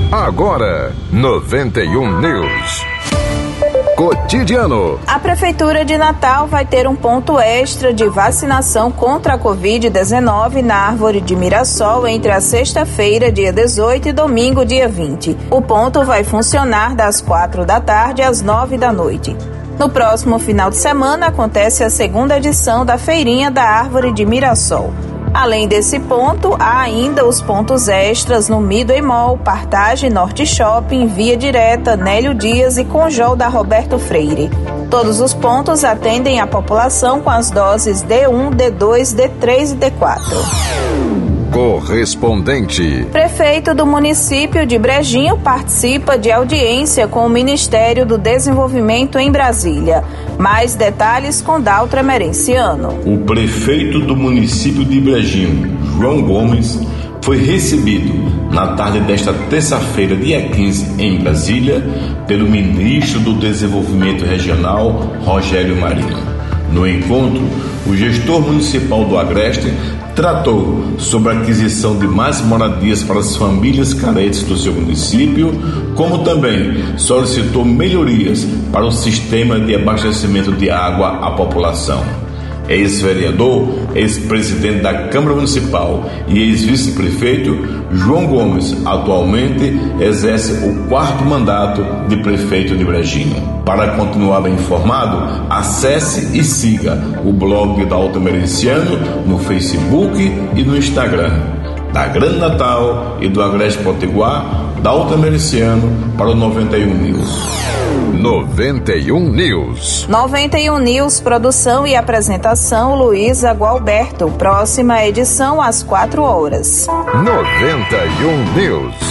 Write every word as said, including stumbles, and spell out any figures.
Agora, noventa e um News. Cotidiano. A Prefeitura de Natal vai ter um ponto extra de vacinação contra a covid dezenove na Árvore de Mirassol entre a sexta-feira, dia dezoito, e domingo, dia vinte. O ponto vai funcionar das quatro da tarde às nove da noite. No próximo final de semana acontece a segunda edição da Feirinha da Árvore de Mirassol. Além desse ponto, há ainda os pontos extras no Midway Mall, Partage, Norte Shopping, Via Direta, Nélio Dias e Conjol da Roberto Freire. Todos os pontos atendem a população com as doses D um, D dois, D três e D quatro. Correspondente. Prefeito do município de Brejinho participa de audiência com o Ministério do Desenvolvimento em Brasília. Mais detalhes com Daltra Merenciano. O prefeito do município de Brejinho, João Gomes, foi recebido na tarde desta terça-feira, dia quinze, em Brasília, pelo ministro do Desenvolvimento Regional, Rogério Marinho. No encontro, o gestor municipal do Agreste tratou sobre a aquisição de mais moradias para as famílias carentes do seu município, como também solicitou melhorias para o sistema de abastecimento de água à população. Ex-vereador, ex-presidente da Câmara Municipal e ex-vice-prefeito, João Gomes atualmente exerce o quarto mandato de prefeito de Brejinho. Para continuar bem informado, acesse e siga o blog Daltra Merenciano no Facebook e no Instagram. Da Grande Natal e do Agreste Potiguar, Daltra Merenciano para o noventa e um News. noventa e um News. noventa e um News, produção e apresentação Luísa Gualberto. Próxima edição às quatro horas. noventa e um News.